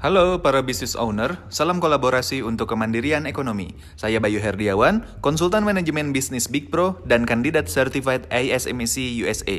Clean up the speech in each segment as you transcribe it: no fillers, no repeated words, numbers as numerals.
Halo para business owner, salam kolaborasi untuk kemandirian ekonomi. Saya Bayu Herdiawan, konsultan manajemen bisnis Big Pro dan kandidat Certified ASMEC USA.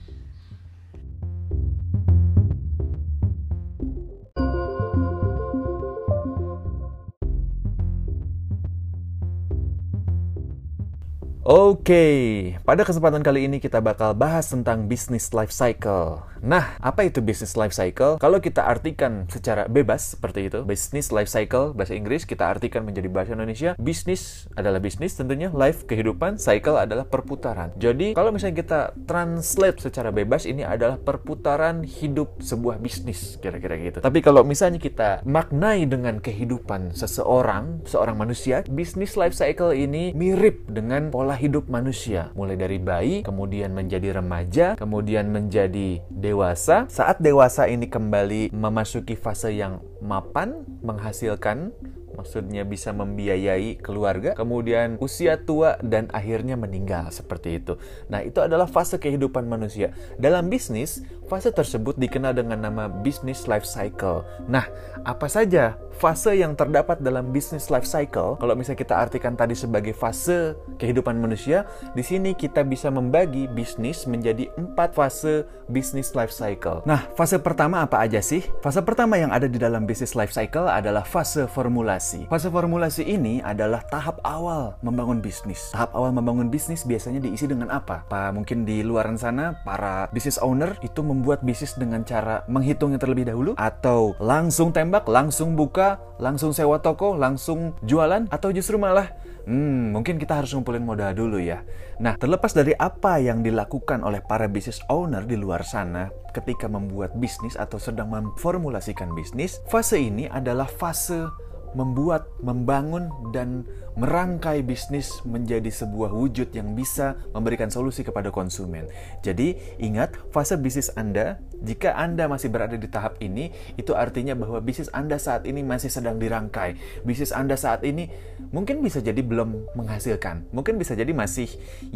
Oke, pada kesempatan kali ini kita bakal bahas tentang business life cycle. Nah, apa itu business life cycle? Kalau kita artikan secara bebas seperti itu, business life cycle, bahasa Inggris, kita artikan menjadi bahasa Indonesia, bisnis adalah bisnis tentunya, life kehidupan, cycle adalah perputaran. Jadi, kalau misalnya kita translate secara bebas, ini adalah perputaran hidup sebuah bisnis, kira-kira gitu. Tapi kalau misalnya kita maknai dengan kehidupan seorang manusia, business life cycle ini mirip dengan pola hidup manusia, mulai dari bayi, kemudian menjadi remaja, kemudian menjadi dewasa. Saat dewasa ini kembali memasuki fase yang mapan, menghasilkan, maksudnya bisa membiayai keluarga, kemudian usia tua, dan akhirnya meninggal, seperti itu. Nah, itu adalah fase kehidupan manusia. Dalam bisnis, fase tersebut dikenal dengan nama business life cycle. Nah, apa saja fase yang terdapat dalam business life cycle? Kalau misalnya kita artikan tadi sebagai fase kehidupan manusia, di sini kita bisa membagi bisnis menjadi 4 fase business life cycle. Nah, fase pertama apa aja sih? Fase pertama yang ada di dalam business life cycle adalah fase formulasi. Fase formulasi ini adalah tahap awal membangun bisnis. Tahap awal membangun bisnis biasanya diisi dengan apa? Mungkin di luaran sana, para business owner itu membuat bisnis dengan cara menghitungnya terlebih dahulu, atau langsung tembak, langsung buka, langsung sewa toko, langsung jualan, atau justru malah mungkin kita harus ngumpulin modal dulu ya. Nah, terlepas dari apa yang dilakukan oleh para business owner di luar sana ketika membuat bisnis atau sedang memformulasikan bisnis, fase ini adalah fase membuat, membangun, dan merangkai bisnis menjadi sebuah wujud yang bisa memberikan solusi kepada konsumen. Jadi, ingat, fase bisnis Anda, jika Anda masih berada di tahap ini, itu artinya bahwa bisnis Anda saat ini masih sedang dirangkai. Bisnis Anda saat ini mungkin bisa jadi belum menghasilkan. Mungkin bisa jadi masih,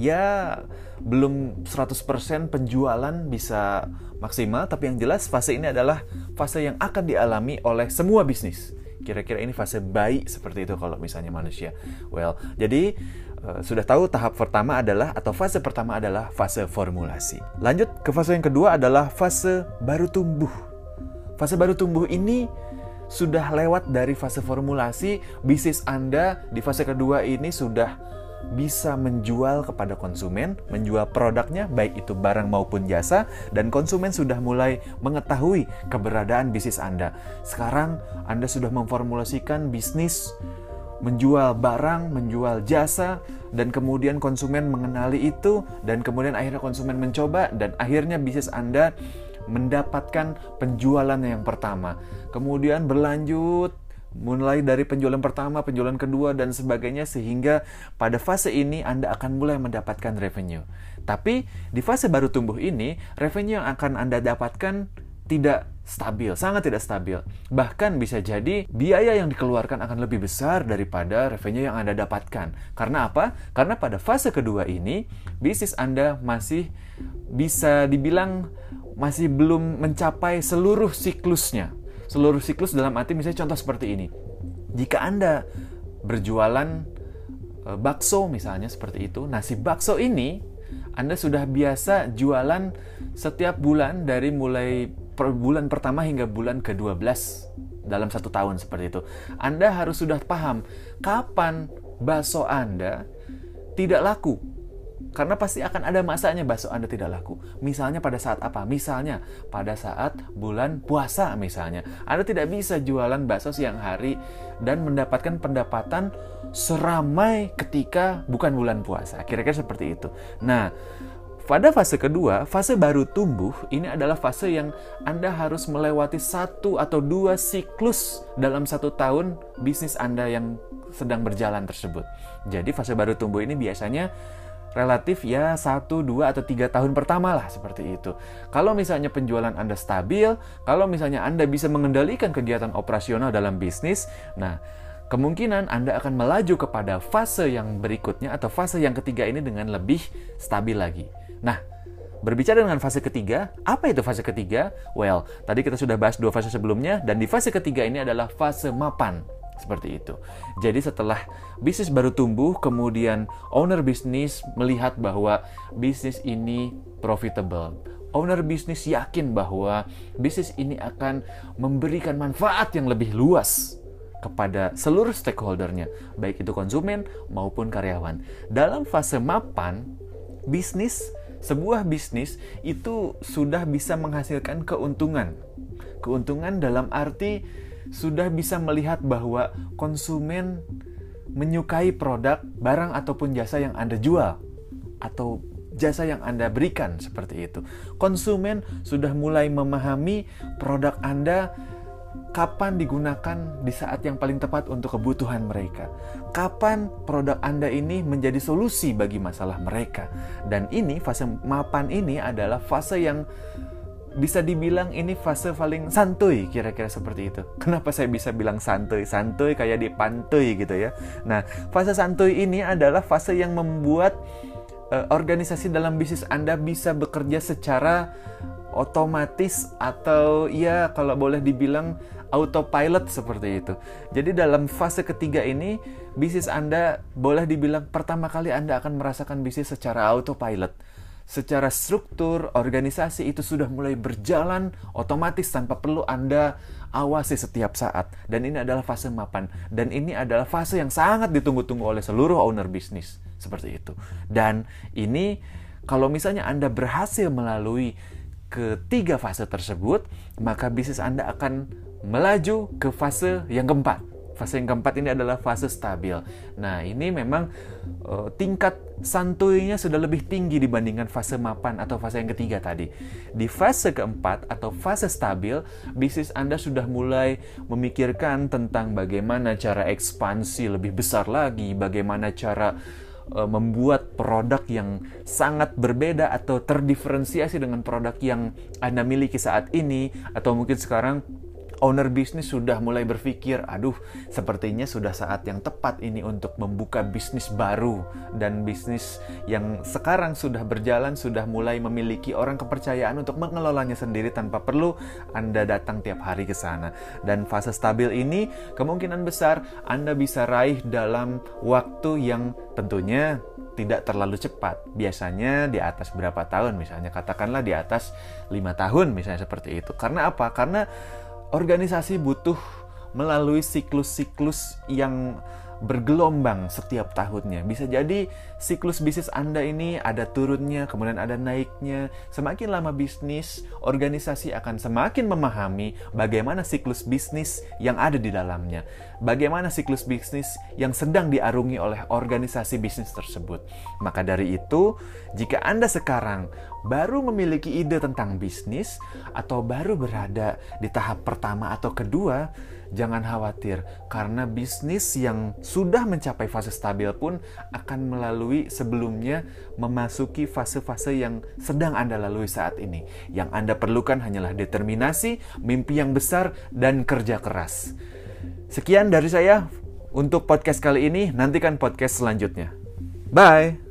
belum 100% penjualan bisa maksimal, tapi yang jelas fase ini adalah fase yang akan dialami oleh semua bisnis. Kira-kira ini fase baik seperti itu kalau misalnya manusia. Jadi sudah tahu tahap pertama adalah, atau fase pertama adalah fase formulasi. Lanjut ke fase yang kedua adalah fase baru tumbuh. Fase baru tumbuh ini sudah lewat dari fase formulasi. Bisnis Anda di fase kedua ini sudah bisa menjual kepada konsumen, menjual produknya, baik itu barang maupun jasa, dan konsumen sudah mulai mengetahui keberadaan bisnis Anda. Sekarang Anda sudah memformulasikan bisnis, menjual barang, menjual jasa, dan kemudian konsumen mengenali itu, dan kemudian akhirnya konsumen mencoba, dan akhirnya bisnis Anda mendapatkan penjualan yang pertama. Kemudian berlanjut, mulai dari penjualan pertama, penjualan kedua, dan sebagainya, sehingga pada fase ini Anda akan mulai mendapatkan revenue. Tapi di fase baru tumbuh ini, revenue yang akan Anda dapatkan tidak stabil, sangat tidak stabil. Bahkan bisa jadi biaya yang dikeluarkan akan lebih besar daripada revenue yang Anda dapatkan. Karena apa? Karena pada fase kedua ini, bisnis Anda masih bisa dibilang masih belum mencapai seluruh siklusnya. Seluruh siklus dalam arti misalnya contoh seperti ini. Jika Anda berjualan bakso misalnya seperti itu, nasi bakso ini Anda sudah biasa jualan setiap bulan dari mulai bulan pertama hingga bulan ke-12 dalam 1 tahun seperti itu. Anda harus sudah paham kapan bakso Anda tidak laku. Karena pasti akan ada masanya bakso Anda tidak laku. Misalnya pada saat apa? Misalnya pada saat bulan puasa misalnya. Anda tidak bisa jualan bakso siang hari dan mendapatkan pendapatan seramai ketika bukan bulan puasa. Kira-kira seperti itu. Nah, pada fase kedua, fase baru tumbuh, ini adalah fase yang Anda harus melewati 1 atau 2 siklus dalam 1 tahun bisnis Anda yang sedang berjalan tersebut. Jadi fase baru tumbuh ini biasanya relatif 1, 2, atau 3 tahun pertama lah, seperti itu. Kalau misalnya penjualan Anda stabil, kalau misalnya Anda bisa mengendalikan kegiatan operasional dalam bisnis, nah, kemungkinan Anda akan melaju kepada fase yang berikutnya atau fase yang ketiga ini dengan lebih stabil lagi. Nah, berbicara dengan fase ketiga, apa itu fase ketiga? Well, tadi kita sudah bahas 2 fase sebelumnya, dan di fase ketiga ini adalah fase mapan. Seperti itu. Jadi setelah bisnis baru tumbuh, kemudian owner bisnis melihat bahwa bisnis ini profitable. Owner bisnis yakin bahwa bisnis ini akan memberikan manfaat yang lebih luas kepada seluruh stakeholdernya, baik itu konsumen maupun karyawan. Dalam fase mapan, sebuah bisnis itu sudah bisa menghasilkan keuntungan. Keuntungan dalam arti sudah bisa melihat bahwa konsumen menyukai produk, barang ataupun jasa yang Anda jual atau jasa yang Anda berikan, seperti itu. Konsumen sudah mulai memahami produk Anda kapan digunakan di saat yang paling tepat untuk kebutuhan mereka. Kapan produk Anda ini menjadi solusi bagi masalah mereka. Dan ini, fase mapan ini adalah fase yang bisa dibilang ini fase paling santuy, kira-kira seperti itu. Kenapa saya bisa bilang santuy? Santuy kayak di pantai gitu ya. Nah, fase santuy ini adalah fase yang membuat organisasi dalam bisnis Anda bisa bekerja secara otomatis, atau ya kalau boleh dibilang autopilot, seperti itu. Jadi dalam fase ketiga ini, bisnis Anda boleh dibilang pertama kali Anda akan merasakan bisnis secara autopilot. Secara struktur, organisasi itu sudah mulai berjalan otomatis tanpa perlu Anda awasi setiap saat. Dan ini adalah fase mapan. Dan ini adalah fase yang sangat ditunggu-tunggu oleh seluruh owner bisnis. Seperti itu. Dan ini, kalau misalnya Anda berhasil melalui ketiga fase tersebut, maka bisnis Anda akan melaju ke fase yang keempat. Fase yang keempat ini adalah fase stabil. Nah, ini memang tingkat santuynya sudah lebih tinggi dibandingkan fase mapan atau fase yang ketiga tadi. Di fase keempat atau fase stabil, bisnis Anda sudah mulai memikirkan tentang bagaimana cara ekspansi lebih besar lagi, bagaimana cara membuat produk yang sangat berbeda atau terdiferensiasi dengan produk yang Anda miliki saat ini. Atau mungkin sekarang owner bisnis sudah mulai berpikir, aduh, sepertinya sudah saat yang tepat ini untuk membuka bisnis baru. Dan bisnis yang sekarang sudah berjalan, sudah mulai memiliki orang kepercayaan untuk mengelolanya sendiri tanpa perlu Anda datang tiap hari ke sana. Dan fase stabil ini kemungkinan besar Anda bisa raih dalam waktu yang tentunya tidak terlalu cepat. Biasanya di atas berapa tahun, misalnya katakanlah di atas 5 tahun misalnya, seperti itu. Karena apa? Karena organisasi butuh melalui siklus-siklus yang bergelombang setiap tahunnya. Bisa jadi siklus bisnis Anda ini ada turunnya, kemudian ada naiknya. Semakin lama bisnis, organisasi akan semakin memahami bagaimana siklus bisnis yang ada di dalamnya. Bagaimana siklus bisnis yang sedang diarungi oleh organisasi bisnis tersebut. Maka dari itu, jika Anda sekarang baru memiliki ide tentang bisnis atau baru berada di tahap pertama atau kedua, jangan khawatir, karena bisnis yang sudah mencapai fase stabil pun akan melalui sebelumnya memasuki fase-fase yang sedang Anda lalui saat ini. Yang Anda perlukan hanyalah determinasi, mimpi yang besar, dan kerja keras. Sekian dari saya untuk podcast kali ini, nantikan podcast selanjutnya. Bye!